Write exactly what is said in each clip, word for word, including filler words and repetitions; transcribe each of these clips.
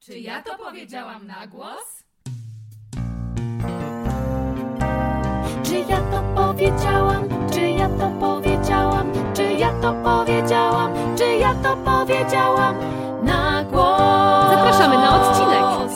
Czy ja to powiedziałam na głos? Czy ja to powiedziałam? Czy ja to powiedziałam? Czy ja to powiedziałam? Czy ja to powiedziałam na głos? Zapraszamy na odcinek.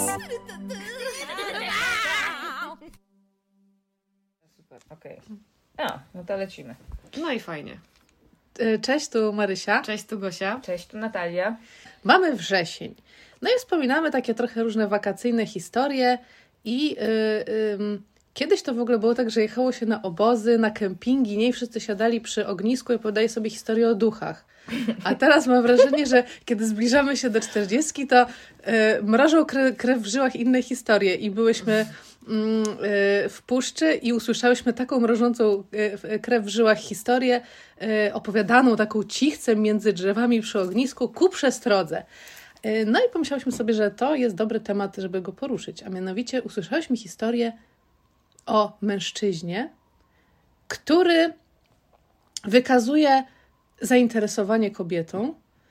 Super, okej. Okay. A, no to lecimy. No i fajnie. Cześć, tu Marysia. Cześć, tu Gosia. Cześć, tu Natalia. Mamy wrzesień. No i wspominamy takie trochę różne wakacyjne historie i yy, yy, kiedyś to w ogóle było tak, że jechało się na obozy, na kempingi, nie? I wszyscy siadali przy ognisku i opowiadali sobie historię o duchach. A teraz mam wrażenie, że kiedy zbliżamy się do czterdziestki, to yy, mrożą krew, krew w żyłach inne historie i byłyśmy w puszczy i usłyszałyśmy taką mrożącą krew w żyłach historię opowiadaną taką cichcem między drzewami przy ognisku ku przestrodze. No i pomyślałyśmy sobie, że to jest dobry temat, żeby go poruszyć, a mianowicie usłyszałyśmy historię o mężczyźnie, który wykazuje zainteresowanie kobietą,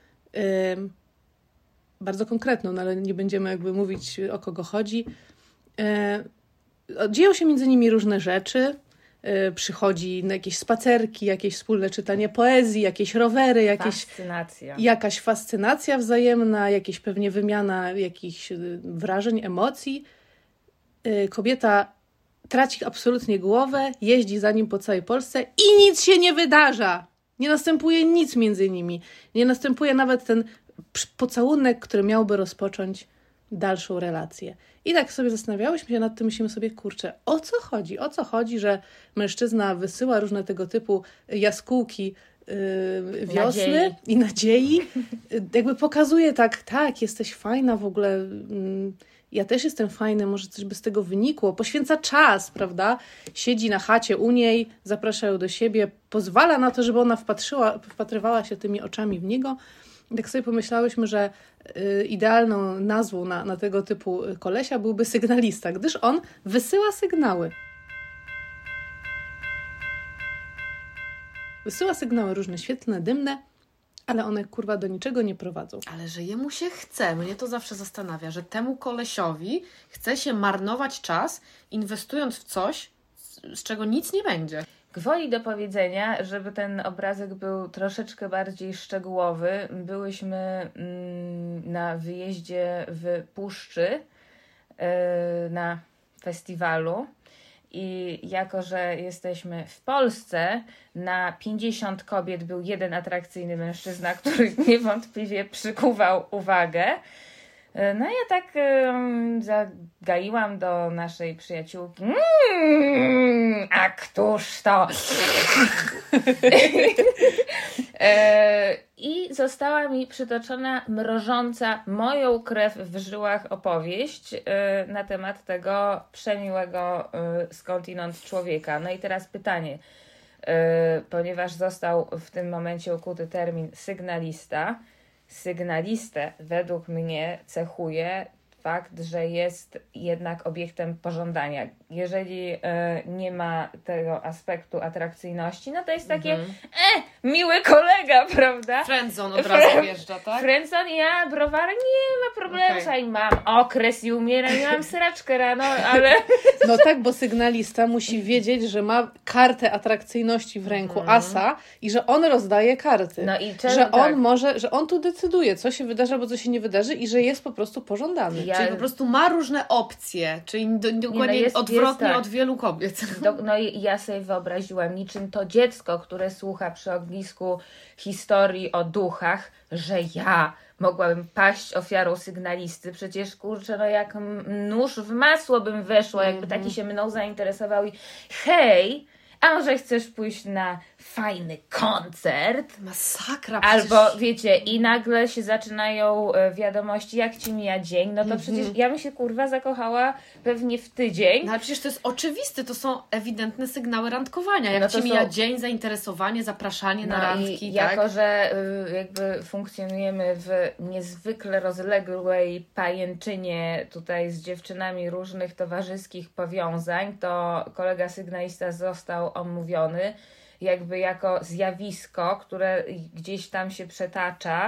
bardzo konkretną, no ale nie będziemy jakby mówić, o kogo chodzi. Dzieją się między nimi różne rzeczy, yy, przychodzi na jakieś spacerki, jakieś wspólne czytanie poezji, jakieś rowery, jakieś, Fascynacja. jakaś fascynacja wzajemna, jakieś pewnie wymiana jakichś wrażeń, emocji. Yy, kobieta traci absolutnie głowę, jeździ za nim po całej Polsce i nic się nie wydarza. Nie następuje nic między nimi. Nie następuje nawet ten pocałunek, który miałby rozpocząć dalszą relację. I tak sobie zastanawiałyśmy się nad tym, myślimy sobie, kurczę, o co chodzi? O co chodzi, że mężczyzna wysyła różne tego typu jaskółki yy, wiosny nadziei. i nadziei. Jakby pokazuje tak, tak, jesteś fajna w ogóle, yy, ja też jestem fajny, może coś by z tego wynikło. Poświęca czas, prawda? Siedzi na chacie u niej, zaprasza ją do siebie, pozwala na to, żeby ona wpatrzyła, wpatrywała się tymi oczami w niego. I tak sobie pomyślałyśmy, że y, idealną nazwą na, na tego typu kolesia byłby sygnalista, gdyż on wysyła sygnały. Wysyła sygnały różne, świetlne, dymne, ale one kurwa do niczego nie prowadzą. Ale że jemu się chce, mnie to zawsze zastanawia, że temu kolesiowi chce się marnować czas, inwestując w coś, z, z czego nic nie będzie. Gwoli do powiedzenia, żeby ten obrazek był troszeczkę bardziej szczegółowy, byłyśmy mm, na wyjeździe w Puszczy yy, na festiwalu i jako, że jesteśmy w Polsce, na pięćdziesiąt kobiet był jeden atrakcyjny mężczyzna, który niewątpliwie przykuwał uwagę. No ja tak um, zagaiłam do naszej przyjaciółki. Mmm, a któż to? e, I została mi przytoczona mrożąca moją krew w żyłach opowieść e, na temat tego przemiłego e, skądinąd człowieka. No i teraz pytanie, e, ponieważ został w tym momencie ukuty termin sygnalista, sygnalistę według mnie cechuje fakt, że jest jednak obiektem pożądania. Jeżeli e, nie ma tego aspektu atrakcyjności, no to jest takie Mhm. e, miły kolega, prawda? Friendzone od razu wjeżdża, tak? Friendzone, ja browar, nie ma problemu, Okej. okay. Mam okres i umieram, i mam sraczkę rano, ale... No tak, bo sygnalista musi wiedzieć, że ma kartę atrakcyjności w ręku Mhm. asa i że on rozdaje karty. No i czemu że on tak? może, że on tu decyduje, co się wydarzy, albo co się nie wydarzy i że jest po prostu pożądany. Ja- Czyli po prostu ma różne opcje, czyli do, dokładnie jest- odwrotnie jest tak. od wielu kobiet. Do, no i ja sobie wyobraziłam niczym to dziecko, które słucha przy ognisku historii o duchach, że ja mogłabym paść ofiarą sygnalisty. Przecież kurczę, no jak m- nóż w masło bym weszła, jakby taki się mną zainteresował i hej, a może chcesz pójść na fajny koncert? Masakra. Przecież... Albo wiecie, i nagle się zaczynają e, wiadomości, jak ci mija dzień, no to Mhm. przecież ja bym się kurwa zakochała pewnie w tydzień. No ale przecież to jest oczywiste, to są ewidentne sygnały randkowania. Jak No to ci mija są- dzień, zainteresowanie, zapraszanie na No randki, i tak? jako, że y, jakby funkcjonujemy w niezwykle rozległej pajęczynie tutaj z dziewczynami różnych towarzyskich powiązań, to kolega sygnalista został omówiony jakby jako zjawisko, które gdzieś tam się przetacza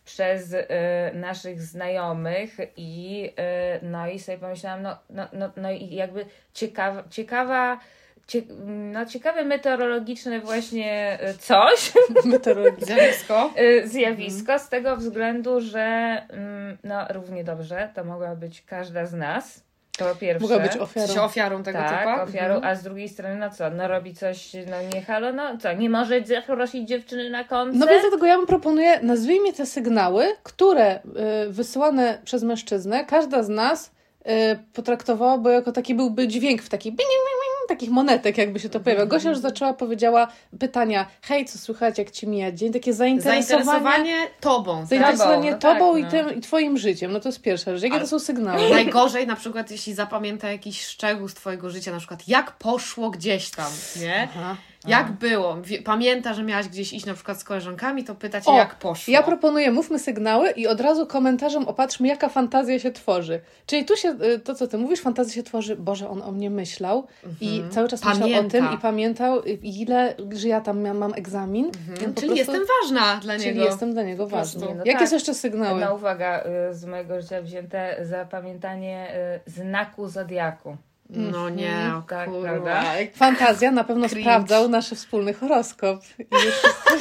przez y, naszych znajomych i y, no i sobie pomyślałam, no, no, no, no i jakby ciekawa, ciekawa cie, no ciekawe meteorologiczne właśnie y, coś, Meteorologiczne zjawisko, y, zjawisko mhm. z tego względu, że y, no równie dobrze to mogła być każda z nas. To po pierwsze. Mogła być ofiarą. ofiarą tego tak, typa. ofiarą, mhm. a z drugiej strony no co, no robi coś, no nie halo, no co, nie może zaprosić dziewczyny na koncert? No więc dlatego ja bym proponuję, nazwijmy te sygnały, które y, wysyłane przez mężczyznę, każda z nas y, potraktowałaby jako taki byłby dźwięk w takich bing, bing, bing, takich monetek, jakby się to pojawiało. Gosia już zaczęła, powiedziała pytania, hej, co słychać, jak ci mija dzień, takie zainteresowanie. Zainteresowanie tobą. Zainteresowanie no tobą tak, i, no. tym, i twoim życiem. No to jest pierwsza rzecz. Jakie Ale to są sygnały? Najgorzej na przykład, jeśli zapamięta jakiś szczegół z twojego życia, na przykład jak poszło gdzieś tam, nie? Aha. Jak było? Wie- Pamięta, że miałaś gdzieś iść na przykład z koleżankami, to pyta cię, O, jak poszło. Ja proponuję, mówmy sygnały i od razu komentarzem opatrzmy, jaka fantazja się tworzy. Czyli tu się, y, to co ty mówisz, fantazja się tworzy, Boże, on o mnie myślał i cały czas myślał Pamięta. o tym i pamiętał, y, ile, że ja tam miałam, mam egzamin. Mhm. On po Czyli prostu- jestem ważna dla Czyli niego. jestem dla niego prostu. ważna. Nie, no Jakie tak. są jeszcze sygnały? No uwaga, y, z mojego życia wzięte zapamiętanie y, znaku zodiaku. No nie, Mhm. Tak, kurwa. prawda? Fantazja na pewno Cringe. sprawdzał nasz wspólny horoskop. I już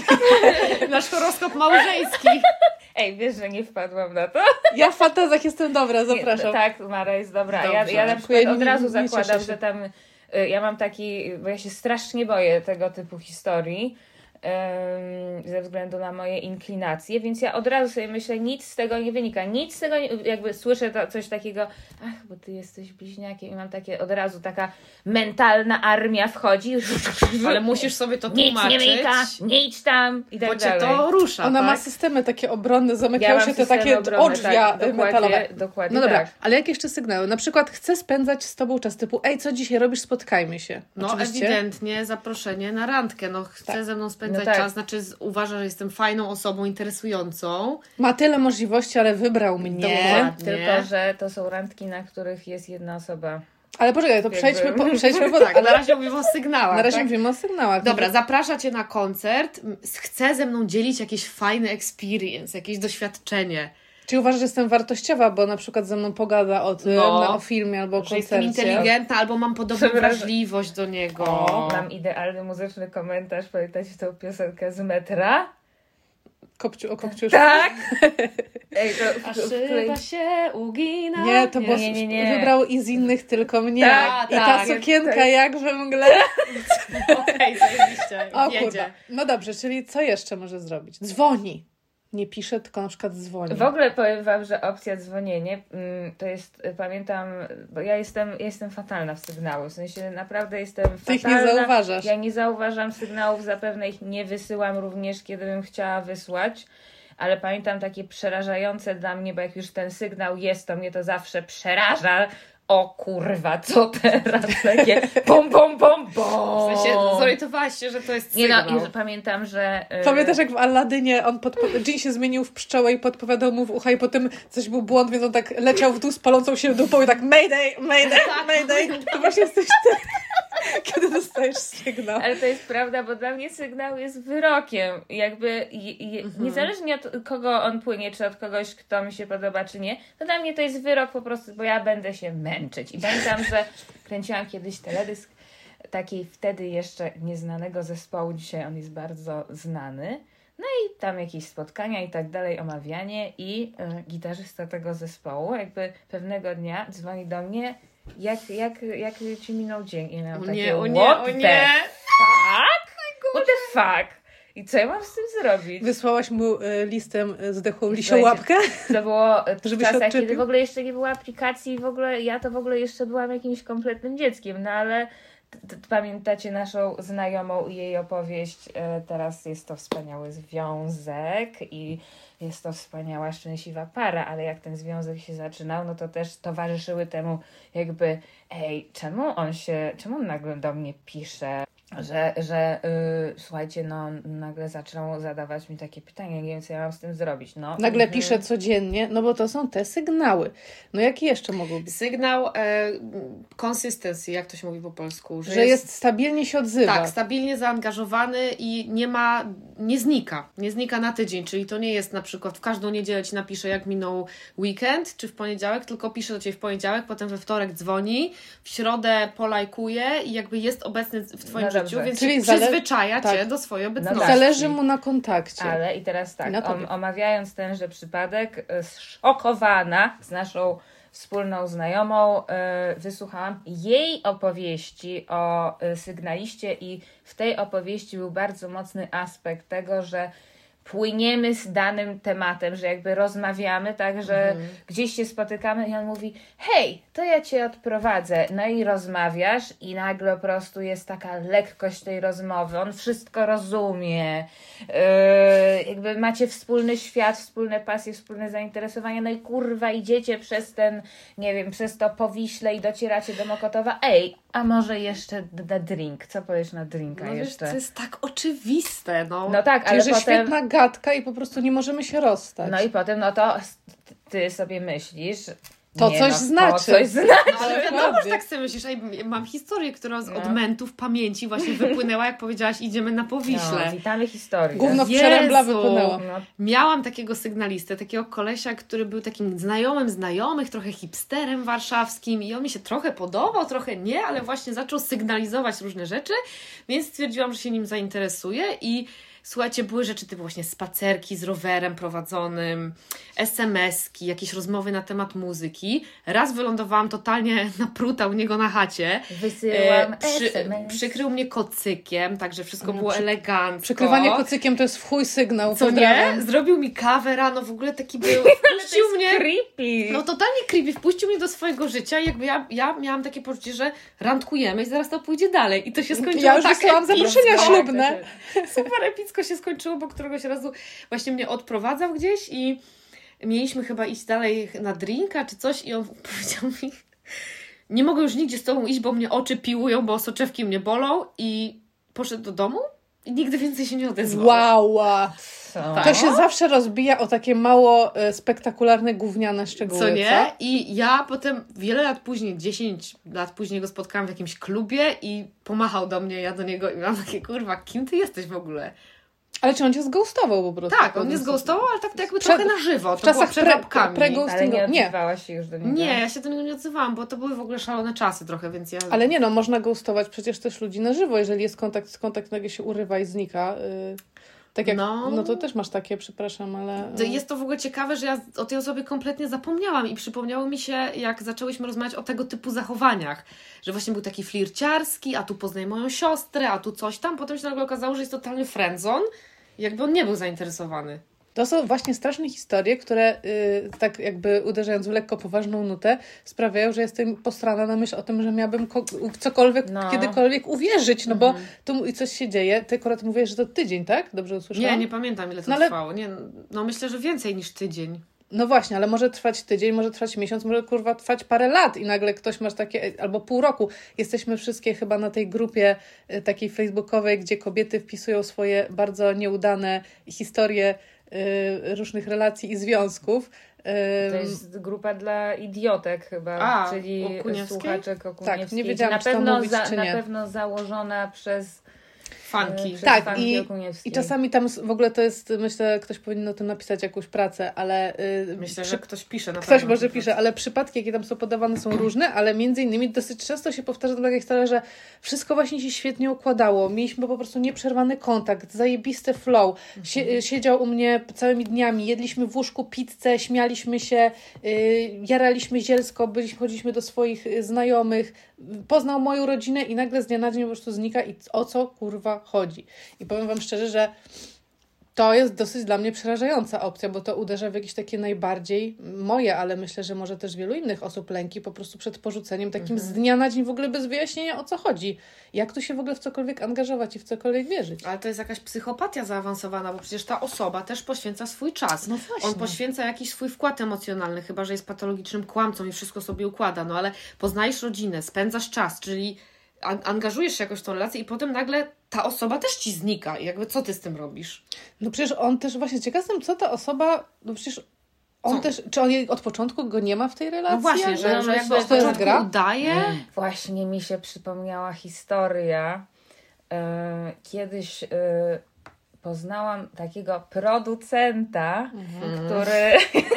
Nasz horoskop małżeński. Ej, wiesz, że nie wpadłam na to? ja w fantazjach jestem dobra, zapraszam. Nie, tak, Mara jest dobra. Ja, Dobrze. ja na Dziękuję, przykład od nie- razu nie zakładam, cieszę się. że tam y, ja mam taki, bo ja się strasznie boję tego typu historii ym, ze względu na moje inklinacje, więc ja od razu sobie myślę, nic z tego nie wynika, nic z tego, nie, jakby słyszę to, coś takiego, ach, bo ty jesteś bliźniakiem i mam takie od razu taka mentalna armia wchodzi, Ale musisz sobie to nic tłumaczyć, nie wynika, nie idź tam i tak bo cię dalej. to rusza, Ona tak? ma systemy takie obronne, Ja zamykają mam się te systemy takie obronne, odrzwia tak, dokładnie, metalowe. dokładnie No dobra, tak. ale jakie jeszcze sygnały? Na przykład chcę spędzać z tobą czas typu, ej, co dzisiaj robisz, spotkajmy się. No Oczywiście. ewidentnie zaproszenie na randkę. No chce Tak. ze mną spędzać No tak. czas, znaczy z, uważa, że jestem fajną osobą, interesującą. Ma tyle możliwości, ale wybrał mnie. Dokładnie. Tylko, że to są randki, na których jest jedna osoba. Ale poczekaj, to Jakby- przejdźmy po, przejdźmy po Tak, ale na razie mówimy o sygnałach. na razie tak? mówimy o sygnałach. Dobra, zaprasza cię na koncert, m, chce ze mną dzielić jakiś fajny experience, jakieś doświadczenie. Czy uważasz, że jestem wartościowa, bo na przykład ze mną pogada o tym, No. na, o filmie albo o Że jestem koncercie? inteligentna albo mam podobną Przepraszam. wrażliwość do niego. O. Mam idealny muzyczny komentarz. Pamiętacie tą piosenkę z metra? Kopciu, o kopciu. Tak! Ej, to A w- w- szyba się ugina. Nie, to bo Nie, nie, nie. wybrał i z innych tylko mnie. Tak, I ta tak, sukienka tak. jak we mgle. Okej, zajebiście. O Jedzie. kurwa. No dobrze, czyli co jeszcze może zrobić? Dzwoni. Nie pisze, tylko na przykład dzwoni. W ogóle powiem wam, że opcja dzwonienie mm, to jest, y, pamiętam, bo ja jestem, ja jestem fatalna w sygnały, w sensie naprawdę jestem Ty ich fatalna. nie zauważasz. Ja nie zauważam sygnałów, zapewne ich nie wysyłam również, kiedy bym chciała wysłać, ale pamiętam takie przerażające dla mnie, bo jak już ten sygnał jest, to mnie to zawsze przeraża. O kurwa, co teraz? Takie bom, bom, bom, bom. W sensie zorientowałaś się, że to jest Nie sygnał. no, i pamiętam, że... y, Pamiętasz, jak w Aladynie on podpo- Jean się zmienił w pszczołę i podpowiadał mu w ucha i potem coś był błąd, więc on tak leciał w dół z palącą się dupą i tak mayday, mayday, mayday. To właśnie jesteś ty, kiedy dostajesz sygnał. Ale to jest prawda, bo dla mnie sygnał jest wyrokiem. Jakby i, i, Mhm. niezależnie od kogo on płynie, czy od kogoś, kto mi się podoba, czy nie, to dla mnie to jest wyrok po prostu, bo ja będę się męczyć. I pamiętam, że kręciłam kiedyś teledysk takiej wtedy jeszcze nieznanego zespołu. Dzisiaj on jest bardzo znany. No i tam jakieś spotkania i tak dalej, omawianie i y, gitarzysta tego zespołu jakby pewnego dnia dzwoni do mnie, jak, jak, jak ci minął dzień. I ja miałam O takie, nie, o nie, what o the nie. fuck? What the fuck? I co ja mam z tym zrobić? Wysłałaś mu y, listem y, zdechłą lisią Słuchajcie, łapkę? To było w Żeby się czasach, odczepił? kiedy w ogóle jeszcze nie było aplikacji, w ogóle ja to w ogóle jeszcze byłam jakimś kompletnym dzieckiem, no ale t- t- pamiętacie naszą znajomą i jej opowieść, e, teraz jest to wspaniały związek i jest to wspaniała, szczęśliwa para, ale jak ten związek się zaczynał, no to też towarzyszyły temu jakby, ej, czemu on się, czemu on nagle do mnie pisze? że, że yy, słuchajcie, no nagle zaczął zadawać mi takie pytania, nie wiem, co ja mam z tym zrobić. No, Nagle yy, pisze codziennie, no bo to są te sygnały. No jaki jeszcze mogą być? Sygnał e, consistency, jak to się mówi po polsku. Że, że jest, jest stabilnie się odzywa. Tak, stabilnie zaangażowany i nie ma, nie znika. Nie znika na tydzień, czyli to nie jest na przykład w każdą niedzielę Ci napisze, jak minął weekend, czy w poniedziałek, tylko pisze do Ciebie w poniedziałek, potem we wtorek dzwoni, w środę polajkuje i jakby jest obecny w Twoim No życiu, dobrze. więc Czyli zale- zale- przyzwyczaja tak. Cię do swojej obecności. No tak. Zależy mu na kontakcie. Ale i teraz tak, Na tobie. om, omawiając tenże przypadek, y, zszokowana z naszą wspólną znajomą, y, wysłuchałam jej opowieści o y, sygnaliście i w tej opowieści był bardzo mocny aspekt tego, że płyniemy z danym tematem, że jakby rozmawiamy, tak, że Mhm. gdzieś się spotykamy i on mówi, hej, to ja Cię odprowadzę. No i rozmawiasz i nagle po prostu jest taka lekkość tej rozmowy, on wszystko rozumie, yy, jakby macie wspólny świat, wspólne pasje, wspólne zainteresowania, no i kurwa idziecie przez ten, nie wiem, przez to Powiśle i docieracie do Mokotowa, ej, a może jeszcze na drink, co powiesz na drinka No wiesz, jeszcze? to jest tak oczywiste, no. No tak, Czyli, ale że potem... świetna gadka i po prostu nie możemy się rozstać. No i potem, no to ty sobie myślisz... To nie, coś no, znaczy. To coś znaczy. No, ale wiadomo, że Dokładnie. tak sobie myślisz. Ej, mam historię, która z No. odmentów pamięci właśnie wypłynęła, jak powiedziałaś, idziemy na Powiśle. No, witamy historię. Gówno w Jezu. przerębla wypłynęło. No, Miałam takiego sygnalistę, takiego kolesia, który był takim znajomym znajomych, trochę hipsterem warszawskim i on mi się trochę podobał, trochę nie, ale właśnie zaczął sygnalizować różne rzeczy, więc stwierdziłam, że się nim zainteresuję i słuchajcie, były rzeczy typu właśnie spacerki z rowerem prowadzonym, es em eski, jakieś rozmowy na temat muzyki. Raz wylądowałam totalnie napruta u niego na chacie. wysyłam E, przy, es em es. przykrył mnie kocykiem, także wszystko No, było przy- elegancko. Przykrywanie kocykiem to jest w chuj sygnał. Co nie? Pozdrawiam. Zrobił mi kawę rano, w ogóle taki był, To wpuścił jest mnie, creepy. no totalnie creepy, wpuścił mnie do swojego życia i jakby ja, ja miałam takie poczucie, że randkujemy i zaraz to pójdzie dalej i to się skończyło Ja już tak wysłałam epicko. zaproszenia ślubne. Super epicko się skończyło, bo któregoś razu właśnie mnie odprowadzał gdzieś i mieliśmy chyba iść dalej na drinka czy coś i on powiedział mi, nie mogę już nigdzie z tobą iść, bo mnie oczy piłują, bo soczewki mnie bolą i poszedł do domu i nigdy więcej się nie odezwał. Wow. Co? Tak. To się zawsze rozbija o takie mało e, spektakularne, gówniane szczegóły. Co nie? I ja potem wiele lat później, dziesięć lat później go spotkałam w jakimś klubie i pomachał do mnie, ja do niego i mam takie, kurwa, kim ty jesteś w ogóle? Ale czy on cię zghostował po prostu? Tak, on mnie zghostował, ale tak jakby Przed- trochę na żywo, w to było czasach przed pre- łapkami. pre- Ale nie Nie. odzywałaś się już do niego? Nie, ja się do niego nie odzywałam, bo to były w ogóle szalone czasy trochę, więc ja... Ale nie no, można ghostować przecież też ludzi na żywo, jeżeli jest kontakt, kontakt nagle się urywa i znika. Yy, tak jak, no. No. to też masz takie, przepraszam, ale... To Jest to w ogóle ciekawe, że ja o tej osobie kompletnie zapomniałam i przypomniało mi się, jak zaczęłyśmy rozmawiać o tego typu zachowaniach, że właśnie był taki flirciarski, a tu poznaj moją siostrę, a tu coś tam, potem się nagle okazało, że jest totalny friendzone, jakby on nie był zainteresowany. To są właśnie straszne historie, które yy, tak jakby uderzając w lekko poważną nutę sprawiają, że jestem postrana na myśl o tym, że miałabym ko- w cokolwiek, No. kiedykolwiek uwierzyć, no bo tu i coś się dzieje. Ty akurat mówisz, że to tydzień, tak? Dobrze usłyszałam? Nie, nie pamiętam, ile to No ale- trwało. Nie, no myślę, że więcej niż tydzień. No właśnie, ale może trwać tydzień, może trwać miesiąc, może kurwa trwać parę lat i nagle ktoś masz takie, albo pół roku. Jesteśmy wszystkie chyba na tej grupie y, takiej facebookowej, gdzie kobiety wpisują swoje bardzo nieudane historie y, różnych relacji i związków. Y, To jest grupa dla idiotek chyba, A, czyli Okuniewskiej? słuchaczek Okuniewskiej. Tak, nie wiedziałam, na czy to pewno mówić, za, czy Na nie. pewno założona przez Fanki. Przez Tak, fanki i, Okuniewskiej. i czasami tam s- w ogóle to jest, myślę, ktoś powinien o tym napisać jakąś pracę, ale y, Myślę, przy- że ktoś pisze na ktoś pewno. może pisze, ale przypadki, jakie tam są podawane, są różne, ale między innymi dosyć często się powtarza taka historia, że wszystko właśnie się świetnie układało. Mieliśmy po prostu nieprzerwany kontakt, zajebisty flow. Sie, siedział u mnie całymi dniami, jedliśmy w łóżku pizzę, śmialiśmy się, y, jaraliśmy zielsko, byliśmy, chodziliśmy do swoich y, znajomych, poznał moją rodzinę i nagle z dnia na dzień po prostu znika i o co kurwa chodzi. I powiem Wam szczerze, że to jest dosyć dla mnie przerażająca opcja, bo to uderza w jakieś takie najbardziej moje, ale myślę, że może też wielu innych osób lęki po prostu przed porzuceniem takim z dnia na dzień w ogóle bez wyjaśnienia o co chodzi. Jak tu się w ogóle w cokolwiek angażować i w cokolwiek wierzyć. Ale to jest jakaś psychopatia zaawansowana, bo przecież ta osoba też poświęca swój czas. No właśnie. On poświęca jakiś swój wkład emocjonalny, chyba że jest patologicznym kłamcą i wszystko sobie układa. No ale poznajesz rodzinę, spędzasz czas, czyli an- angażujesz się jakoś w tą relację i potem nagle ta osoba też ci znika. I jakby co ty z tym robisz? No przecież on też właśnie, ciekaw jestem, co ta osoba, no przecież on Co? też, czy on jej od początku go nie ma w tej relacji? No właśnie, że, No, że no, jakby to od jest początku gra? udaje. Właśnie mi się przypomniała historia. Yy, kiedyś yy, poznałam takiego producenta, który,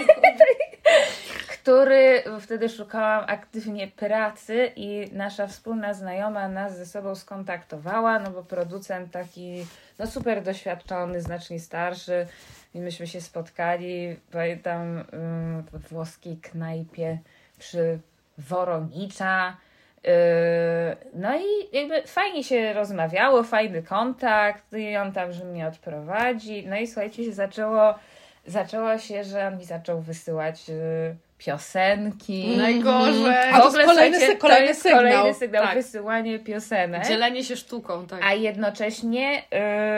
który wtedy szukałam aktywnie pracy i nasza wspólna znajoma nas ze sobą skontaktowała, no bo producent taki no super doświadczony, znacznie starszy i myśmy się spotkali, pamiętam, yy, w włoskiej knajpie przy Woronicza. Yy, no i jakby fajnie się rozmawiało, fajny kontakt i on tam, że mnie odprowadzi. No i słuchajcie, się zaczęło, zaczęło się, że on mi zaczął wysyłać yy, piosenki. Najgorzej. A W to ogóle, jest kolejny, słuchajcie, sy- kolejny to jest sygnał. kolejny sygnał, Tak. wysyłanie piosenek. Dzielenie się sztuką, tak. A jednocześnie yy,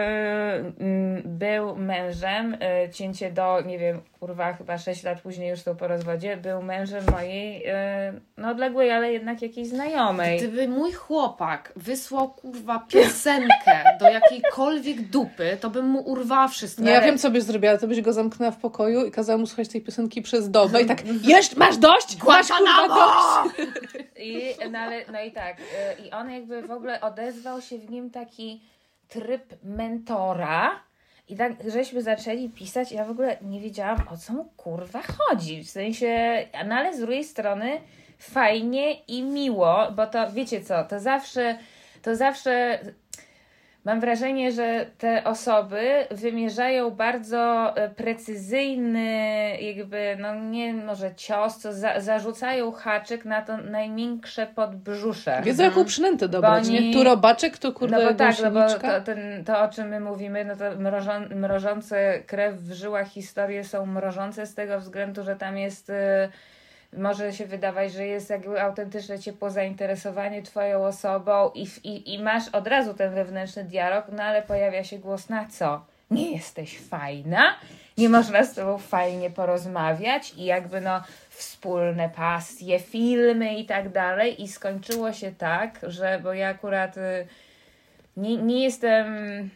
yy, był mężem, yy, cięcie do, nie wiem, kurwa, chyba sześć lat później już są po rozwodzie, był mężem mojej, yy, no odległej, ale jednak jakiejś znajomej. Gdyby mój chłopak wysłał kurwa piosenkę do jakiejkolwiek dupy, to bym mu urwała wszystko. Nie, ja wiem, co byś zrobiła, to byś go zamknęła w pokoju i kazała mu słuchać tej piosenki przez dobę i tak, jeszcze masz dość? Masz kurwa dość! I, no, ale, no i tak, yy, i on jakby w ogóle odezwał się w nim taki tryb mentora. I tak żeśmy zaczęli pisać, ja w ogóle nie wiedziałam, o co mu kurwa chodzi. W sensie, no ale z drugiej strony fajnie i miło, bo to wiecie co, to zawsze, to zawsze mam wrażenie, że te osoby wymierzają bardzo precyzyjny jakby, no nie może cios, co za, zarzucają haczyk na to najmiększe podbrzusze. Wiedzą, jaką przynętę dobrać, oni- nie? Tu robaczek, tu kurde No bo tak, no bo gąsieniczka. to, ten, to o czym my mówimy, no to mrożą, mrożące krew w żyłach historie są mrożące z tego względu, że tam jest, y, może się wydawać, że jest jakby autentyczne ciepło zainteresowanie twoją osobą i, w- i, i masz od razu ten wewnętrzny dialog, no ale pojawia się głos na co? Nie jesteś fajna, nie można z tobą fajnie porozmawiać i jakby no wspólne pasje, filmy i tak dalej i skończyło się tak, że, bo ja akurat y, nie, nie jestem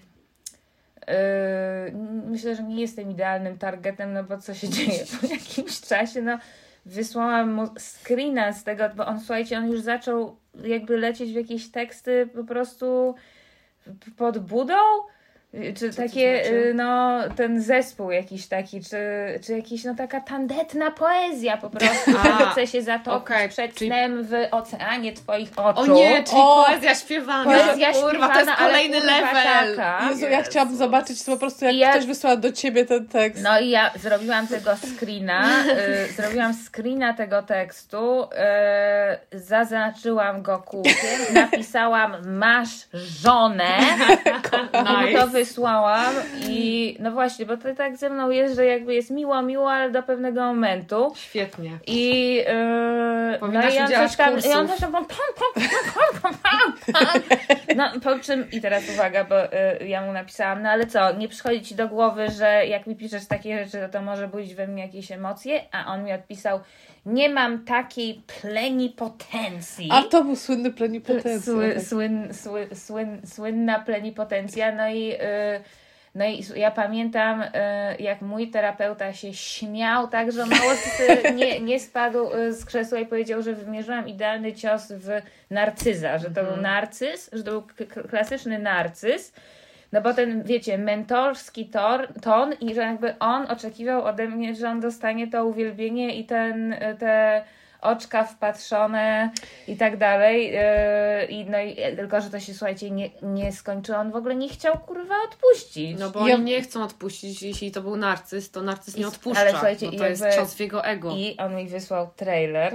yy, myślę, że nie jestem idealnym targetem, no bo co się dzieje po jakimś czasie, no wysłałam mu screena z tego, bo on, słuchajcie, on już zaczął jakby lecieć w jakieś teksty po prostu pod budą, czy Co to takie, znaczy? y, no, ten zespół jakiś taki, czy, czy jakiś, no taka tandetna poezja po prostu, A, że chce się zatopić okej, przed czyli- snem w oceanie twoich oczu. O nie, czyli O! poezja śpiewana. Poezja kurwa, to jest śpiewana, ale kolejny kurwa level. taka. Jezu, ja chciałam zobaczyć to po prostu, jak I ja- ktoś wysłał do ciebie ten tekst. No i ja zrobiłam tego screena, y, zrobiłam screena tego tekstu, y, zaznaczyłam go kółkiem, napisałam masz żonę, i mu to wysłałam i no właśnie, bo to tak ze mną jest, że jakby jest miło, miło, ale do pewnego momentu. Świetnie. I, yy, Powinnaś no i on udzielać coś tam, kursów. i on coś tam, pam, pam, pam, pam, pam, pam. No po czym, i teraz uwaga, bo yy, ja mu napisałam, no ale co, nie przychodzi ci do głowy, że jak mi piszesz takie rzeczy, to to może budzić we mnie jakieś emocje, a on mi odpisał, nie mam takiej plenipotencji. A to był słynny plenipotencja. Sły, tak. słyn, sły, słyn, słynna plenipotencja. No i, yy, no i ja pamiętam, yy, jak mój terapeuta się śmiał tak, że mało z- nie, nie spadł yy, z krzesła i powiedział, że wymierzyłam idealny cios w narcyza, że to był narcyz, że to był k- klasyczny narcyz. No bo ten, wiecie, mentorski tor, ton i że jakby on oczekiwał ode mnie, że on dostanie to uwielbienie i ten, te oczka wpatrzone i tak dalej. Yy, i no i tylko, że to się, słuchajcie, nie, nie skończyło. On w ogóle nie chciał, kurwa, odpuścić. No bo Ja- oni nie chcą odpuścić. Jeśli to był narcyz, to narcyz nie I- odpuszcza. ale słuchajcie, bo i to jest jakby- cząst w jego ego. I on mi wysłał trailer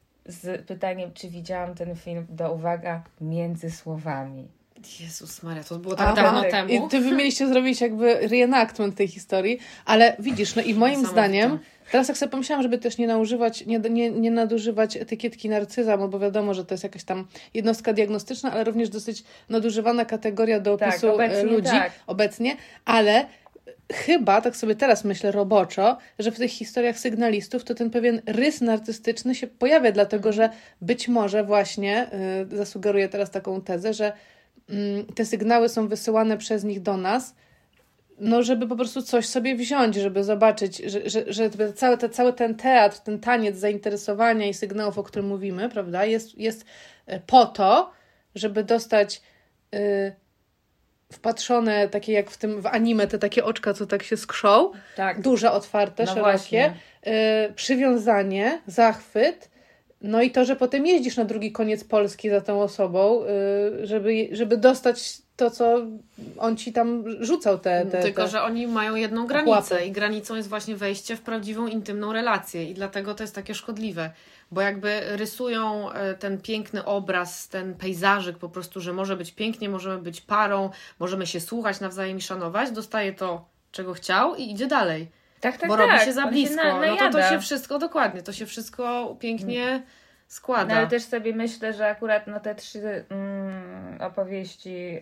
z pytaniem, czy widziałam ten film, do uwaga, między słowami. Jezus Maria, to było tak Aha. dawno I temu. I ty wy mieliście zrobić jakby reenactment tej historii, ale widzisz, no i moim Niesamowite. zdaniem, teraz jak sobie pomyślałam, żeby też nie naużywać, nie, nie, nie nadużywać etykietki narcyza, bo wiadomo, że to jest jakaś tam jednostka diagnostyczna, ale również dosyć nadużywana kategoria do Tak, opisu obecnie e, ludzi tak. obecnie, ale chyba, tak sobie teraz myślę roboczo, że w tych historiach sygnalistów to ten pewien rys narcystyczny się pojawia, dlatego że być może właśnie, yy, zasugeruję teraz taką tezę, że yy, te sygnały są wysyłane przez nich do nas, no żeby po prostu coś sobie wziąć, żeby zobaczyć, że, że, że cały, te, cały ten teatr, ten taniec zainteresowania i sygnałów, o którym mówimy, prawda, jest, jest po to, żeby dostać yy, wpatrzone, takie jak w tym w anime, te takie oczka, co tak się skrzą, Tak. duże, otwarte, No szerokie, yy, przywiązanie, zachwyt, no i to, że potem jeździsz na drugi koniec Polski za tą osobą, yy, żeby, żeby dostać to, co on ci tam rzucał. Te, te, Tylko, te... że oni mają jedną granicę i granicą jest właśnie wejście w prawdziwą, intymną relację i dlatego to jest takie szkodliwe, bo jakby rysują ten piękny obraz, ten pejzażyk po prostu, że może być pięknie, możemy być parą, możemy się słuchać nawzajem i szanować, dostaje to, czego chciał i idzie dalej. Tak, tak, bo tak. robi się za On blisko. Się na, no to to się wszystko, dokładnie, to się wszystko pięknie składa. No ale też sobie myślę, że akurat no te trzy mm, opowieści, yy,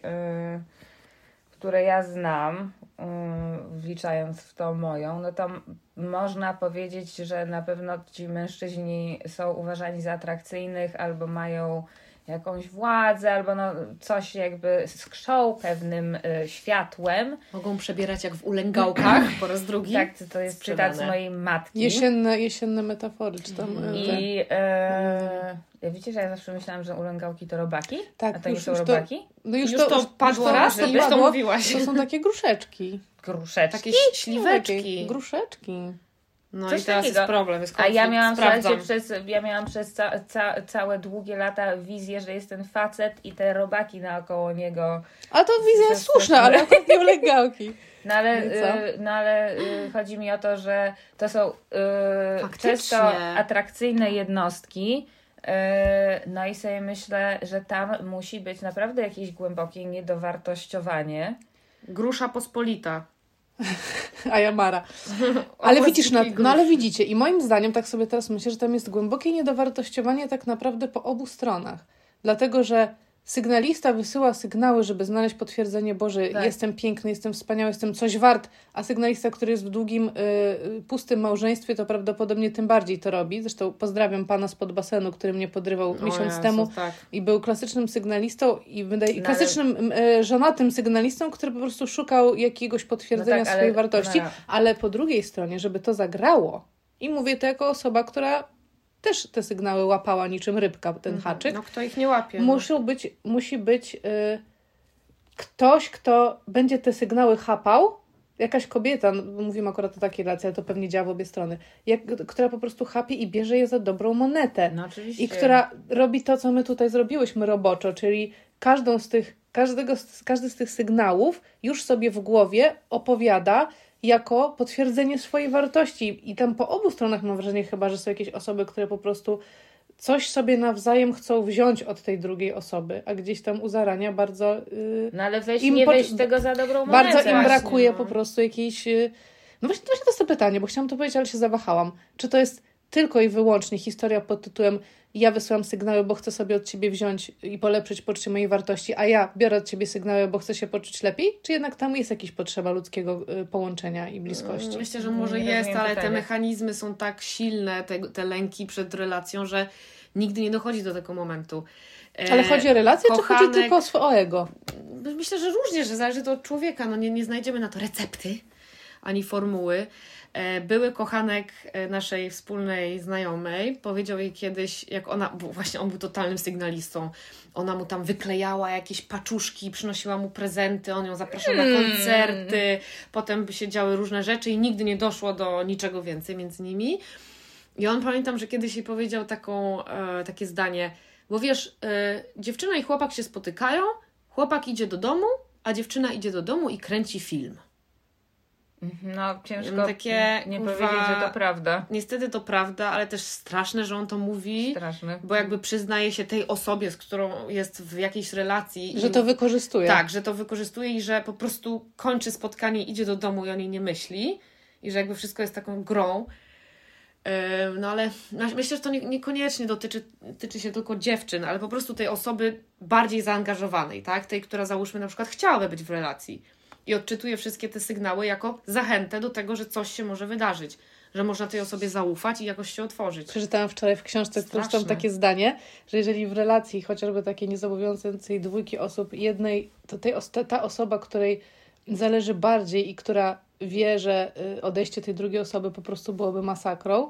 które ja znam, yy, wliczając w tą moją, no to m- można powiedzieć, że na pewno ci mężczyźni są uważani za atrakcyjnych albo mają jakąś władzę, albo no coś jakby skrzą pewnym y, światłem. Mogą przebierać jak w ulęgałkach po raz drugi. Tak, to jest Sprzedane. cytat z mojej matki. Jesienne, jesienne metafory, czy tam... e, I e, wiecie, że ja zawsze myślałam, że ulęgałki to robaki? Tak, A to już- nie są już to- robaki? No już, Już to już padło to- raz, to i już to padło. mówiłaś. To są takie gruszeczki. Gruszeczki? Takie śliweczki. Gruszeczki. No Coś i teraz takiego. jest problem. Jest A ja konflikt. miałam, Sprawdzam. słuchajcie, przez, ja miałam przez ca, ca, całe długie lata wizję, że jest ten facet i te robaki naokoło niego. A to wizja jest słuszna, ale akurat nie ulegałki. No ale, No i co? y, no ale y, chodzi mi o to, że to są y, Faktycznie. często atrakcyjne jednostki. y, No i sobie myślę, że tam musi być naprawdę jakieś głębokie niedowartościowanie. Grusza pospolita. A ja Mara. Ale Obłaz widzisz, no, dzikich no ale grusz. widzicie, i moim zdaniem, tak sobie teraz myślę, że tam jest głębokie niedowartościowanie tak naprawdę po obu stronach. Dlatego, że sygnalista wysyła sygnały, żeby znaleźć potwierdzenie, Boże, Tak. jestem piękny, jestem wspaniały, jestem coś wart, a sygnalista, który jest w długim, y, y, pustym małżeństwie, to prawdopodobnie tym bardziej to robi. Zresztą pozdrawiam pana spod basenu, który mnie podrywał O miesiąc Jezu, temu. tak. I był klasycznym sygnalistą i wydaje, No ale- klasycznym e, żonatym sygnalistą, który po prostu szukał jakiegoś potwierdzenia No tak, ale- swojej wartości, no. ale po drugiej stronie, żeby to zagrało, i mówię to jako osoba, która też te sygnały łapała niczym rybka, ten haczyk, No kto ich nie łapie? no. muszą być, musi być y, ktoś, kto będzie te sygnały chapał, jakaś kobieta, no, mówimy akurat o takiej relacji, ale to pewnie działa w obie strony, jak, która po prostu chapie i bierze je za dobrą monetę. No oczywiście. I która robi to, co my tutaj zrobiłyśmy roboczo, czyli każdą z tych, każdego z, każdy z tych sygnałów już sobie w głowie opowiada jako potwierdzenie swojej wartości. I tam po obu stronach mam wrażenie chyba, że są jakieś osoby, które po prostu coś sobie nawzajem chcą wziąć od tej drugiej osoby, a gdzieś tam u zarania bardzo... Yy, No ale weź im nie po- weź tego za dobrą monetę. bardzo im właśnie, brakuje no. po prostu jakiejś... yy, No właśnie, właśnie to jest to pytanie, bo chciałam to powiedzieć, ale się zawahałam. Czy to jest tylko i wyłącznie historia pod tytułem ja wysyłam sygnały, bo chcę sobie od ciebie wziąć i polepszyć poczucie mojej wartości, a ja biorę od ciebie sygnały, bo chcę się poczuć lepiej? Czy jednak tam jest jakaś potrzeba ludzkiego y, połączenia i bliskości? Myślę, że może Nie jest, rozumiem ale te pytania. mechanizmy są tak silne, te, te lęki przed relacją, że nigdy nie dochodzi do tego momentu. E, Ale chodzi o relację, czy chodzi kochanek- tylko o swoje ego? Myślę, że różnie, że zależy to od człowieka. No nie, nie znajdziemy na to recepty ani formuły. E, Były kochanek e, naszej wspólnej znajomej powiedział jej kiedyś, jak ona, bo właśnie on był totalnym sygnalistą, ona mu tam wyklejała jakieś paczuszki, przynosiła mu prezenty, on ją zapraszał na koncerty, potem by się działy różne rzeczy i nigdy nie doszło do niczego więcej między nimi. I on, pamiętam, że kiedyś jej powiedział taką, e, takie zdanie, bo wiesz, e, dziewczyna i chłopak się spotykają, chłopak idzie do domu, a dziewczyna idzie do domu i kręci film. No ciężko No, takie, nie kurwa, powiedzieć, że to prawda. Niestety to prawda, ale też straszne, że on to mówi, Straszne. bo jakby przyznaje się tej osobie, z którą jest w jakiejś relacji. Że i- to wykorzystuje. Tak, że to wykorzystuje i że po prostu kończy spotkanie, idzie do domu i o niej nie myśli. I że jakby wszystko jest taką grą. Ym, No ale myślę, że to nie, niekoniecznie dotyczy, dotyczy się tylko dziewczyn, ale po prostu tej osoby bardziej zaangażowanej, tak? Tej, która załóżmy na przykład chciałaby być w relacji. i odczytuje wszystkie te sygnały jako zachętę do tego, że coś się może wydarzyć, że można tej osobie zaufać i jakoś się otworzyć. Przeczytałam wczoraj w książce, Straszne. zresztą takie zdanie, że jeżeli w relacji chociażby takiej niezobowiązującej dwójki osób jednej, to tej, ta osoba, której zależy bardziej i która wie, że odejście tej drugiej osoby po prostu byłoby masakrą,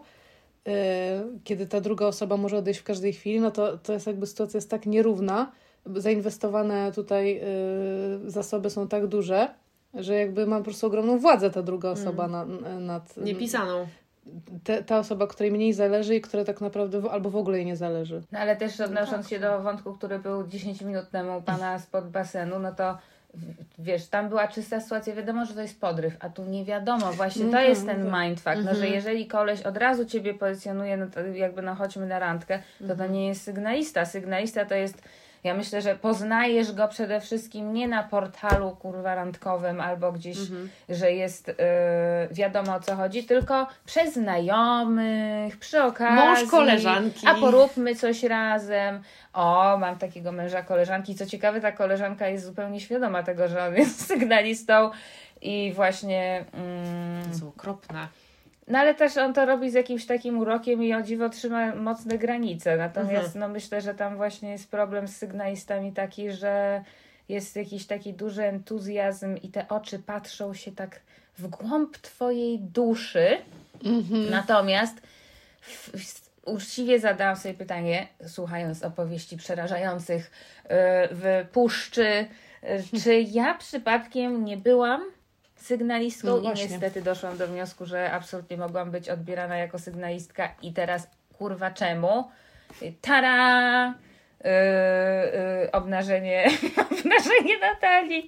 kiedy ta druga osoba może odejść w każdej chwili, no to, to jest jakby sytuacja jest tak nierówna, zainwestowane tutaj zasoby są tak duże, że jakby ma po prostu ogromną władzę ta druga osoba mm. nad, nad... Niepisaną. Te, ta osoba, której mniej zależy i która tak naprawdę w, albo w ogóle jej nie zależy. No ale też odnosząc no, się do wątku, który był dziesięć minut temu pana spod basenu, no to wiesz, tam była czysta sytuacja, wiadomo, że to jest podryw, a tu nie wiadomo, właśnie to jest ten mindfuck, no, że jeżeli koleś od razu ciebie pozycjonuje, no to jakby no chodźmy na randkę, to to nie jest sygnalista. Sygnalista to jest, ja myślę, że poznajesz go przede wszystkim nie na portalu kurwa randkowym albo gdzieś, mhm. że jest yy, wiadomo o co chodzi, tylko przez znajomych, przy okazji. Mąż koleżanki. A poróbmy coś razem. O, mam takiego męża koleżanki. Co ciekawe, ta koleżanka jest zupełnie świadoma tego, że on jest sygnalistą i właśnie... Mm, to są okropne. No ale też on to robi z jakimś takim urokiem i o dziwo trzyma mocne granice. Natomiast mhm. no myślę, że tam właśnie jest problem z sygnalistami taki, że jest jakiś taki duży entuzjazm i te oczy patrzą się tak w głąb twojej duszy. Mhm. Natomiast w, w, uczciwie zadałam sobie pytanie, słuchając opowieści przerażających yy, w puszczy, yy, czy ja przypadkiem nie byłam sygnalistką no i niestety doszłam do wniosku, że absolutnie mogłam być odbierana jako sygnalistka i teraz kurwa czemu? Tara! Yy, yy, obnażenie obnażenie Natalii.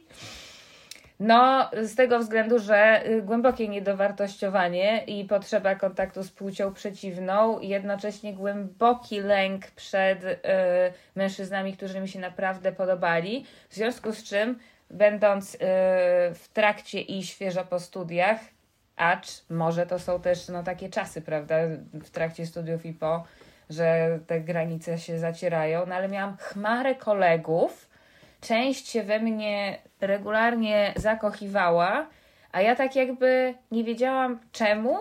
No, z tego względu, że głębokie niedowartościowanie i potrzeba kontaktu z płcią przeciwną i jednocześnie głęboki lęk przed yy, mężczyznami, którzy mi się naprawdę podobali, w związku z czym będąc yy, w trakcie i świeżo po studiach, acz może to są też no, takie czasy, prawda, w trakcie studiów i po, że te granice się zacierają, no ale miałam chmarę kolegów, część się we mnie regularnie zakochiwała, a ja tak jakby nie wiedziałam czemu,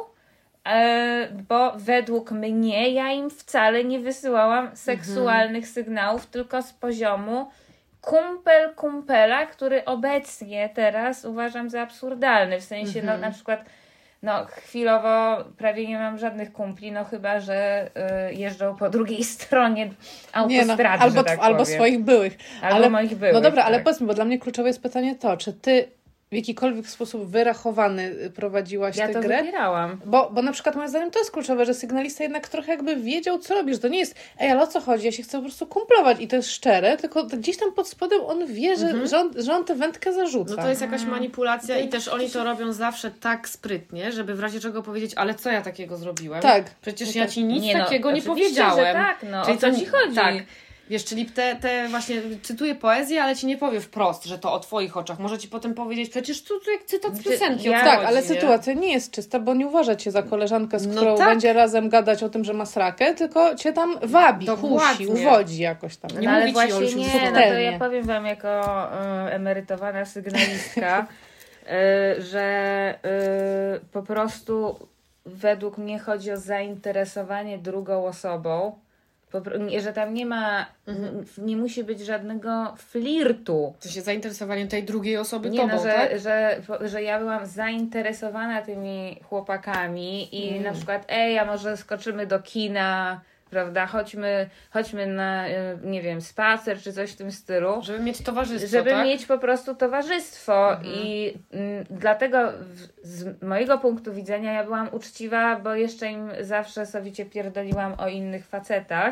yy, bo według mnie ja im wcale nie wysyłałam seksualnych mhm. sygnałów, tylko z poziomu kumpel kumpela, który obecnie teraz uważam za absurdalny. W sensie, mhm. no na przykład, no chwilowo prawie nie mam żadnych kumpli, no chyba, że y, jeżdżą po drugiej stronie autostrady, nie no, albo, że tak albo powiem. swoich byłych. Albo ale, moich byłych. No dobra, tak. ale powiedz mi, bo dla mnie kluczowe jest pytanie to, czy ty w jakikolwiek sposób wyrachowany prowadziłaś ja tę to grę? wybierałam. Bo, bo na przykład moim zdaniem to jest kluczowe, że sygnalista jednak trochę jakby wiedział, co robisz. To nie jest, ej, ale o co chodzi? Ja się chcę po prostu kumplować i to jest szczere, tylko gdzieś tam pod spodem on wie, że, mhm. że, on, że on tę wędkę zarzuca. No to jest jakaś manipulacja i też oni to robią zawsze tak sprytnie, żeby w razie czego powiedzieć, ale co ja takiego zrobiłem? Tak. Przecież no ja tak. ci nic nie, no, takiego nie powiedziałem. powiedziałem. Że tak, no, czyli o co ci chodzi? Tak. Wiesz, czyli te, te właśnie cytuję poezję, ale ci nie powie wprost, że to o twoich oczach. Może ci potem powiedzieć, przecież tu, tu jak cytat z piosenki. Ja, o co tak, chodzi, ale nie? sytuacja nie jest czysta, bo nie uważa cię za koleżankę, z No którą tak. będzie razem gadać o tym, że ma srakę, tylko cię tam wabi, Dokładnie. kusi, uwodzi jakoś tam. Nie no, ale mówi ci o właśnie czymś nie, no to subtelnie. ja powiem wam jako y, emerytowana sygnalistka, y, że y, po prostu według mnie chodzi o zainteresowanie drugą osobą, że tam nie ma, mhm. nie musi być żadnego flirtu. To się zainteresowanie tej drugiej osoby nie, tobą, no, że, tak? że, że ja byłam zainteresowana tymi chłopakami i mm. na przykład, ej, a może skoczymy do kina, prawda, chodźmy, chodźmy na, nie wiem, spacer czy coś w tym stylu. Żeby mieć towarzystwo, Żeby tak? mieć po prostu towarzystwo mhm. i m, dlatego w, z mojego punktu widzenia ja byłam uczciwa, bo jeszcze im zawsze sowicie pierdoliłam o innych facetach.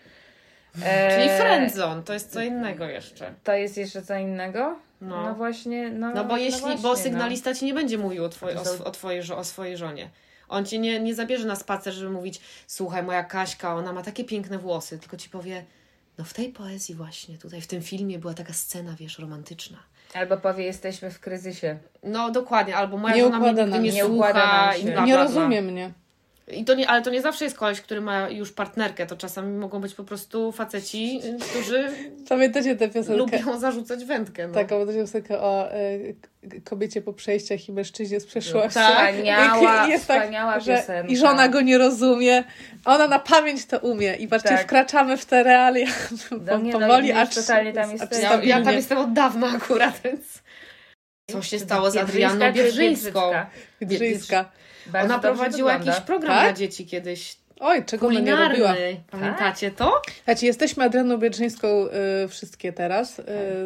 E, Czyli friendzone, to jest co innego jeszcze. To jest jeszcze co innego? No, no właśnie, no, no bo jeśli, no właśnie, bo sygnalista no. ci nie będzie mówił o, twoj, są... o, o, twojej, o swojej żonie. On cię nie, nie zabierze na spacer, żeby mówić, słuchaj, moja Kaśka, ona ma takie piękne włosy, tylko ci powie, no w tej poezji właśnie, tutaj w tym filmie była taka scena, wiesz, romantyczna. Albo powie, jesteśmy w kryzysie. No dokładnie, albo moja nie żona mnie nigdy nie, nie słucha. się. I bla, bla, nie bla. rozumie mnie. I to nie, ale to nie zawsze jest koleś, który ma już partnerkę, to czasami mogą być po prostu faceci, którzy Pamiętacie tę piosenkę? lubią zarzucać wędkę. No. Tak, pamiętacie piosenkę o y, kobiecie po przejściach i mężczyźnie z przeszłości. Tak. Wspaniała, I jest wspaniała tak, że piosenka. I żona go nie rozumie, ona na pamięć to umie i patrzcie, Tak. wkraczamy w te realia Do mnie, powoli, no, acz, totalnie tam jest acz ten- Ja, ja tam stabilnie. jestem od dawna akurat, więc... Co się stało z Adrianną czy Biedrzyńską? Biedrzycka? Biedrzyńska. Bardzo Ona dobrze prowadziła wygląda. jakiś program Tak? dla dzieci kiedyś. Oj, czego ona nie robiła. Kulinarny. Pamiętacie to? Znaczy, jesteśmy Adrianną Biedrzyńską y, wszystkie teraz. Y,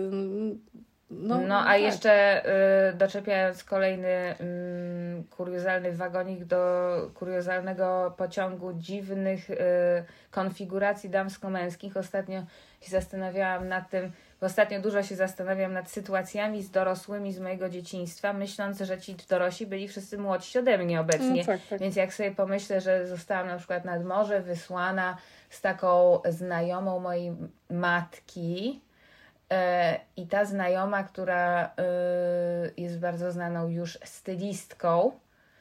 no, No, a tak. jeszcze y, doczepiając kolejny y, kuriozalny wagonik do kuriozalnego pociągu dziwnych y, konfiguracji damsko-męskich. Ostatnio się zastanawiałam nad tym, bo ostatnio dużo się zastanawiam nad sytuacjami z dorosłymi z mojego dzieciństwa, myśląc, że ci dorośli byli wszyscy młodsi ode mnie obecnie. No, tak, tak. Więc jak sobie pomyślę, że zostałam na przykład nad morze wysłana z taką znajomą mojej matki, e, i ta znajoma, która e, jest bardzo znaną już stylistką,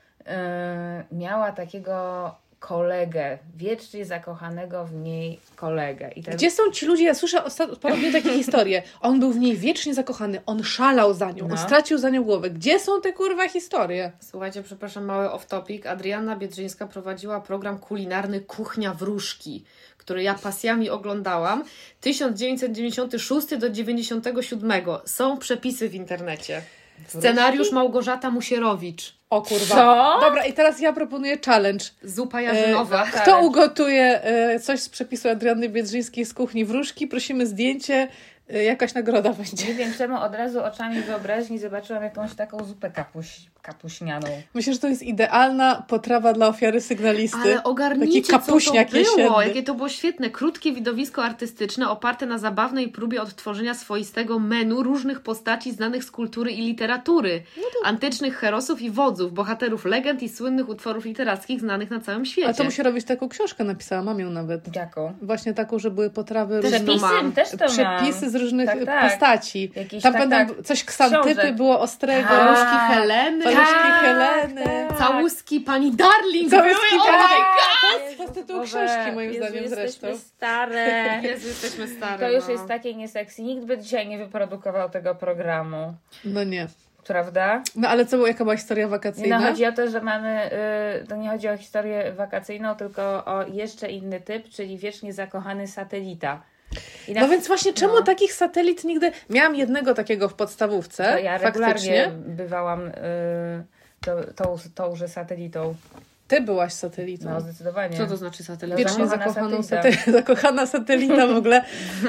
e, miała takiego kolegę, wiecznie zakochanego w niej kolegę. I ten... Gdzie są ci ludzie? Ja słyszę osta- podobnie takie historie. On był w niej wiecznie zakochany, on szalał za nią, No. on stracił za nią głowę. Gdzie są te kurwa historie? Słuchajcie, przepraszam, mały off-topic. Adrianna Biedrzyńska prowadziła program kulinarny Kuchnia Wróżki, który ja pasjami oglądałam. tysiąc dziewięćset dziewięćdziesiąty szósty do dziewięćdziesiątego siódmego. Są przepisy w internecie. Scenariusz Małgorzata Musierowicz. O kurwa. Co? Dobra, i teraz ja proponuję challenge. Zupa jarzynowa. E, kto ugotuje e, coś z przepisu Adrianny Biedrzyńskiej z Kuchni Wróżki? Prosimy zdjęcie. E, jakaś nagroda będzie. Nie wiem czemu, od razu oczami wyobraźni zobaczyłam jakąś taką zupę kapuś, kapuśnianą. Myślę, że to jest idealna potrawa dla ofiary sygnalisty. Ale ogarnijcie, Taki kapuśniak co to było, jesienny. jakie to było świetne. Krótkie widowisko artystyczne oparte na zabawnej próbie odtworzenia swoistego menu różnych postaci znanych z kultury i literatury. Antycznych herosów i wodzów, bohaterów legend i słynnych utworów literackich znanych na całym świecie. A to musi robić taką książkę, napisała, mam ją nawet. Jaką? Właśnie taką, że były potrawy Też różne. to mam. Też to Przepisy mam. z różnych Tak, tak. postaci. Jakiś Tam tak, będą tak. coś ksantypy Książek. było ostrego. Tak. Paluszki Heleny. Paluszki Tak, Heleny. tak. Całuski pani Darling. Całuski były, Darling. oh my To jest- to jest tytuł Boże, książki moim Jezu, zdaniem zresztą. jesteśmy stare. God. Jezu, jesteśmy stare. To już no. jest takie niesexy. Nikt by dzisiaj nie wyprodukował tego programu. No nie. Prawda? No ale co, było- jaka była historia Nie, wakacyjna? no, chodzi o to, że mamy, y, to nie chodzi o historię wakacyjną, tylko o jeszcze inny typ, czyli wiecznie zakochany satelita. I na- No więc właśnie, czemu no. takich satelit nigdy... Miałam jednego takiego w podstawówce, To ja faktycznie. regularnie bywałam y, to, tą, tąże satelitą. Ty byłaś satelitą. No, zdecydowanie. Co to znaczy satelita? Wiecznie Zakochana zakochaną satelita. satelita. Zakochana satelita w ogóle.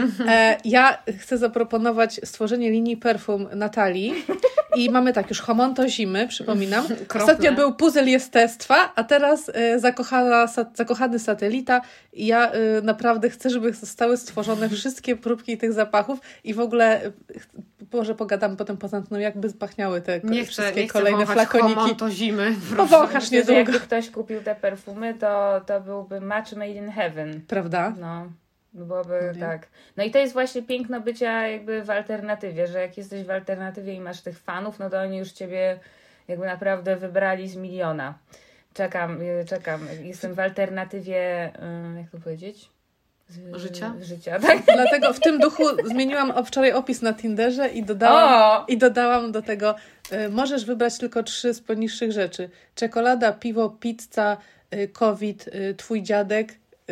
E, ja chcę zaproponować stworzenie linii perfum Natalii. I mamy tak, już homonto zimy, przypominam. Okropne. Ostatnio był puzzle jestestwa, a teraz e, zakochana, sa, zakochany satelita. I ja e, naprawdę chcę, żeby zostały stworzone wszystkie próbki tych zapachów i w ogóle, e, może pogadamy potem poza anteną, jakby pachniały te Nie chcę, wszystkie nie chcę kolejne wąchać flakoniki. homonto zimy. Powąchasz Myślę, że niedługo. jakby ktoś kupił te perfumy, to, to byłby match made in heaven. Prawda? No, byłoby No nie. tak. No i to jest właśnie piękno bycia jakby w alternatywie, że jak jesteś w alternatywie i masz tych fanów, no to oni już ciebie jakby naprawdę wybrali z miliona. Czekam, y, czekam. Jestem w alternatywie, y, jak to powiedzieć? Z, Życia? Życia, tak. Dlatego w tym duchu zmieniłam o- wczoraj opis na Tinderze i dodałam, O! i dodałam do tego, y, możesz wybrać tylko trzy z poniższych rzeczy. Czekolada, piwo, pizza, y, COVID, y, twój dziadek, y,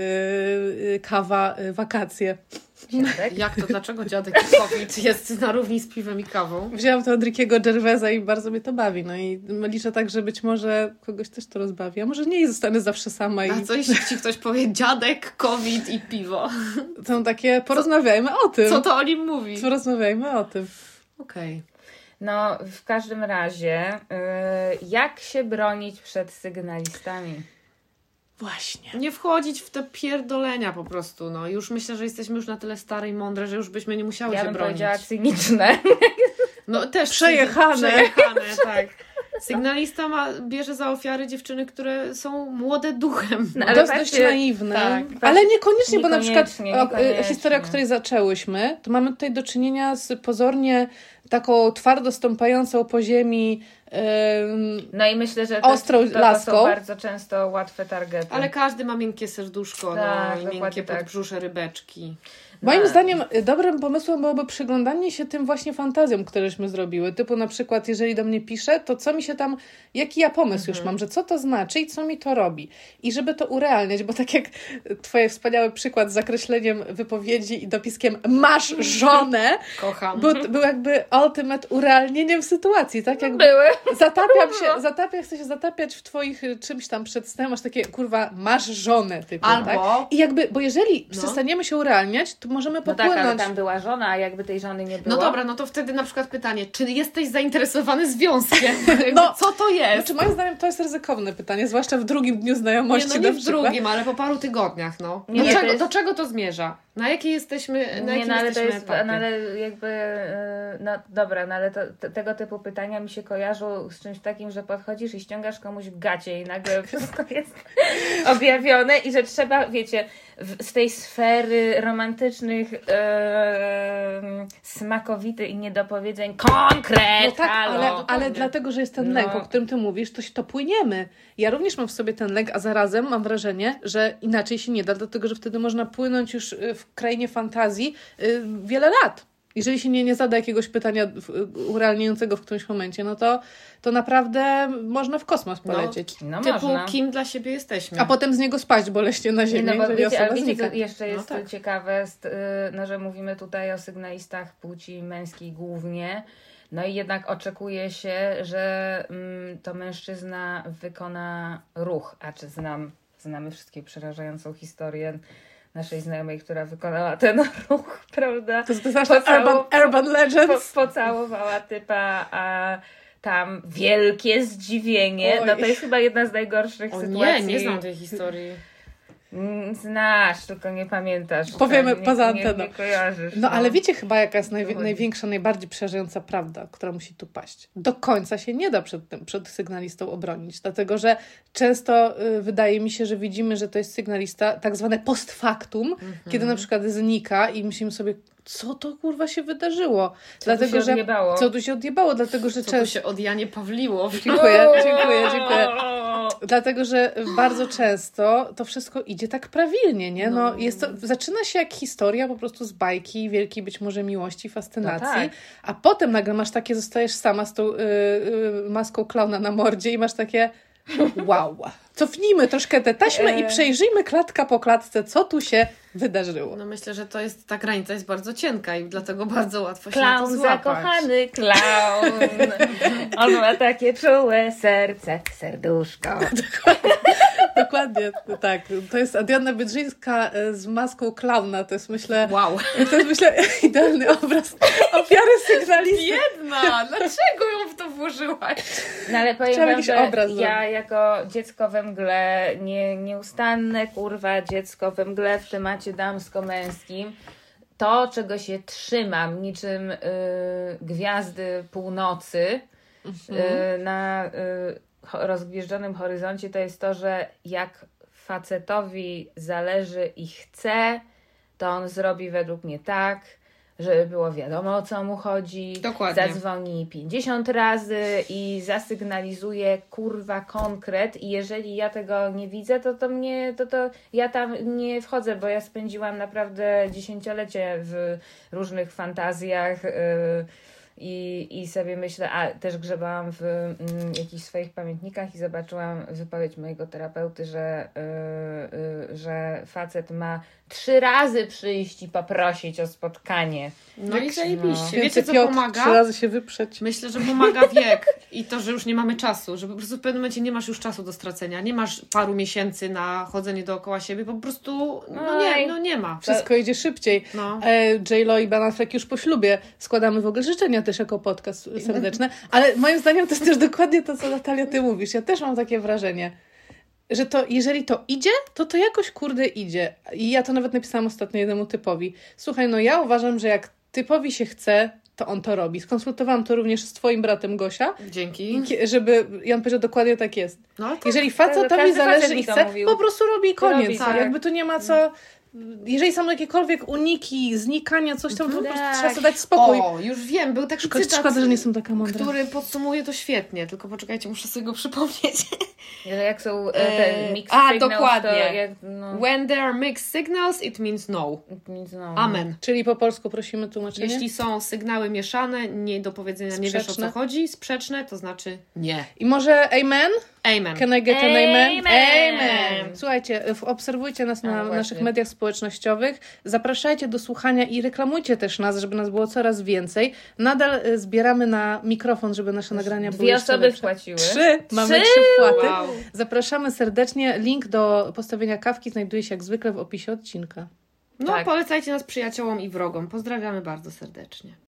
y, kawa, y, wakacje. Dziadek? Jak to? Dlaczego dziadek i COVID jest na równi z piwem i kawą? Wzięłam to od Rickiego Gervaisa i bardzo mnie to bawi. No i liczę tak, że być może kogoś też to rozbawi. A może nie i zostanę zawsze sama. I A co jeśli ci ktoś powie dziadek, COVID i piwo? są takie, porozmawiajmy o tym. Co to o nim mówi? Porozmawiajmy o tym. Okej. No, w każdym razie, y, jak się bronić przed sygnalistami? Właśnie. Nie wchodzić w te pierdolenia po prostu, no. Już myślę, że jesteśmy już na tyle stare i mądre, że już byśmy nie musiały Ja się bym bronić. powiedziała cyniczne. No też Przejechane. Przejechane, tak. Sygnalista ma, bierze za ofiary dziewczyny, które są młode duchem. No, Ale ale to jest dość patrzcie, naiwne. tak. Ale niekoniecznie, bo na przykład Niekoniecznie, o, niekoniecznie. y, historia, o której zaczęłyśmy, to mamy tutaj do czynienia z pozornie taką twardo stąpającą po ziemi Ym, No i myślę, że ostrą to, to, to laską. są bardzo często łatwe targety. Ale każdy ma miękkie serduszko, Tak, no, i dokładnie miękkie tak. podbrzusze, rybeczki. Moim No. zdaniem dobrym pomysłem byłoby przyglądanie się tym właśnie fantazjom, któreśmy zrobiły. Typu na przykład, jeżeli do mnie pisze, to co mi się tam, jaki ja pomysł Mhm. już mam, że co to znaczy i co mi to robi. I żeby to urealniać, bo tak jak twoje wspaniały przykład z zakreśleniem wypowiedzi i dopiskiem masz żonę, Kocham. bo był jakby ultimate urealnieniem sytuacji, tak jakby Były. zatapiam się, zatapiam, chcę się zatapiać w twoich y, czymś tam przed snem, masz takie, kurwa, masz żonę typu, Albo- tak? I jakby, bo jeżeli No. przestaniemy się urealniać, to możemy No tak, popłynąć. ale tam była żona, a jakby tej żony nie było. No dobra, no to wtedy na przykład pytanie, czy jesteś zainteresowany związkiem? Jakby No, co to jest? Znaczy, moim zdaniem to jest ryzykowne pytanie, zwłaszcza w drugim dniu znajomości. Nie, no na nie w przykład. drugim, ale po paru tygodniach, no. Nie, do, to czego, jest- do czego to zmierza? Na jakiej jesteśmy, na Nie, jakim no ale to jesteśmy jest, etapie? no ale jakby, yy, no dobra, no ale to, to, tego typu pytania mi się kojarzą z czymś takim, że podchodzisz i ściągasz komuś w gacie i nagle wszystko jest objawione i że trzeba, wiecie, w, z tej sfery romantycznych yy, smakowity i niedopowiedzeń konkret, No tak, halo. ale, ale dokładnie. dlatego, że jest ten No. lęk, o którym ty mówisz, to, się- to płyniemy. Ja również mam w sobie ten lęk, a zarazem mam wrażenie, że inaczej się nie da, dlatego że wtedy można płynąć już y, w krainie fantazji y, wiele lat. Jeżeli się nie, nie zada jakiegoś pytania w- y, urealniającego w którymś momencie, no to, to naprawdę można w kosmos No. polecieć. No Typu, można. kim dla siebie jesteśmy. A potem z niego spaść boleśnie na Nie, ziemię, no bo jeżeli wiecie, osoba ale wiecie, znika. co jeszcze jest No tak. ciekawe, jest, y, no, że mówimy tutaj o sygnalistach płci męskiej głównie, no i jednak oczekuje się, że mm, to mężczyzna wykona ruch, a czy znam, znamy wszystkie przerażającą historię naszej znajomej, która wykonała ten ruch, prawda? To, to znaczy Pocało- urban, urban Po, Legends. pocałowała typa, a tam wielkie zdziwienie, Oj. no to jest chyba jedna z najgorszych O sytuacji. nie, nie znam tej historii. Mm, Znasz, tylko nie pamiętasz. Powiemy nie, poza nie, anteną. nie kojarzysz. No ale wiecie chyba jaka jest najwi- Dowodzi. największa, najbardziej przerażająca prawda, która musi tu paść. Do końca się nie da przed tym, przed sygnalistą obronić, dlatego że często y, wydaje mi się, że widzimy, że to jest sygnalista tak zwane post factum, Mhm. kiedy na przykład znika i myślimy sobie, co to kurwa się wydarzyło. Co dlatego, tu się że odjebało? co tu się odjebało, dlatego że Co tu często... się od Janie Pawliło? Dziękuję, dziękuję, dziękuję. Dlatego, że bardzo często to wszystko idzie tak prawilnie, nie? No, No. jest to, zaczyna się jak historia po prostu z bajki, wielkiej być może miłości, fascynacji, No tak. a potem nagle masz takie, zostajesz sama z tą y, y, maską klauna na mordzie i masz takie wow. Cofnijmy troszkę tę taśmę i E. przejrzyjmy klatka po klatce, co tu się wydarzyło. No myślę, że to jest, ta granica jest bardzo cienka i dlatego bardzo łatwo się na to Klaun, złapać. zakochany klaun. On ma takie czułe serce, serduszko. Dokładnie, tak. To jest Adrianna Biedrzyńska y, z maską klauna, to jest myślę, Wow. to jest myślę idealny obraz ofiary sygnalisty. Biedna! Dlaczego ją w to włożyłaś? No ale powiem Trzeba wam, jakiś że obraz ja jako dziecko we mgle, nie, nieustanne kurwa dziecko we mgle w temacie damsko-męskim, to czego się trzymam niczym y, gwiazdy północy y, na y, ho- rozgwieżdżonym horyzoncie, to jest to, że jak facetowi zależy i chce, to on zrobi według mnie tak, żeby było wiadomo, o co mu chodzi. Dokładnie. Zadzwoni pięćdziesiąt razy i zasygnalizuje kurwa konkret i jeżeli ja tego nie widzę, to to mnie, to to ja tam nie wchodzę, bo ja spędziłam naprawdę dziesięciolecie w różnych fantazjach yy, i, i sobie myślę, a też grzebałam w mm, jakichś swoich pamiętnikach i zobaczyłam wypowiedź mojego terapeuty, że, yy, yy, że facet ma trzy razy przyjść i poprosić o spotkanie. No i zajebiście. Wiecie, Wiecie, co Piotr pomaga? trzy razy się wyprzeć. Myślę, że pomaga wiek i to, że już nie mamy czasu, że po prostu w pewnym momencie nie masz już czasu do stracenia, nie masz paru miesięcy na chodzenie dookoła siebie, po prostu no nie, no nie ma. Wszystko idzie szybciej. No. E, J-Lo i Ben Affleck już po ślubie. Składamy w ogóle życzenia też jako podcast serdeczne. Ale moim zdaniem to jest też dokładnie to, co Natalia, ty mówisz. Ja też mam takie wrażenie, że to jeżeli to idzie, to to jakoś kurde idzie. I ja to nawet napisałam ostatnio jednemu typowi. Słuchaj, no ja uważam, że jak typowi się chce, to on to robi. Skonsultowałam to również z twoim bratem Gosia, Dzięki. kie- żeby, i on powiedział dokładnie tak jest. No ale tak. Jeżeli Każdy facetowi facet zależy mi i to chce, mówił. po prostu robi i koniec. Robi, tak. Jakby tu nie ma co, jeżeli są jakiekolwiek uniki, znikania, coś tam, to po prostu Tak. trzeba sobie dać spokój. O, już wiem, był taki Szkoda, cytat, szkoda, że nie są taka mądra. który podsumuje to świetnie, tylko poczekajcie, muszę sobie go przypomnieć. Jak są e, te Eee, mixed a, signals, dokładnie. to jak, no, When there are mixed signals, it means no. nic, no. Amen. Czyli po polsku prosimy tłumaczenie? Jeśli są sygnały mieszane, nie do powiedzenia, nie wiesz o Sprzeczne. co chodzi, sprzeczne, to znaczy nie. I może amen? Amen. Can I get an amen? Amen. Amen. Słuchajcie, w- obserwujcie nas na A, właśnie. naszych mediach społecznościowych, zapraszajcie do słuchania i reklamujcie też nas, żeby nas było coraz więcej. Nadal y, zbieramy na mikrofon, żeby nasze nagrania były Dwie jeszcze osoby lepsze. wpłaciły. Trzy! Mamy Trzy! trzy wpłaty. Wow. Zapraszamy serdecznie. Link do postawienia kawki znajduje się jak zwykle w opisie odcinka. No, Tak. polecajcie nas przyjaciołom i wrogom. Pozdrawiamy bardzo serdecznie.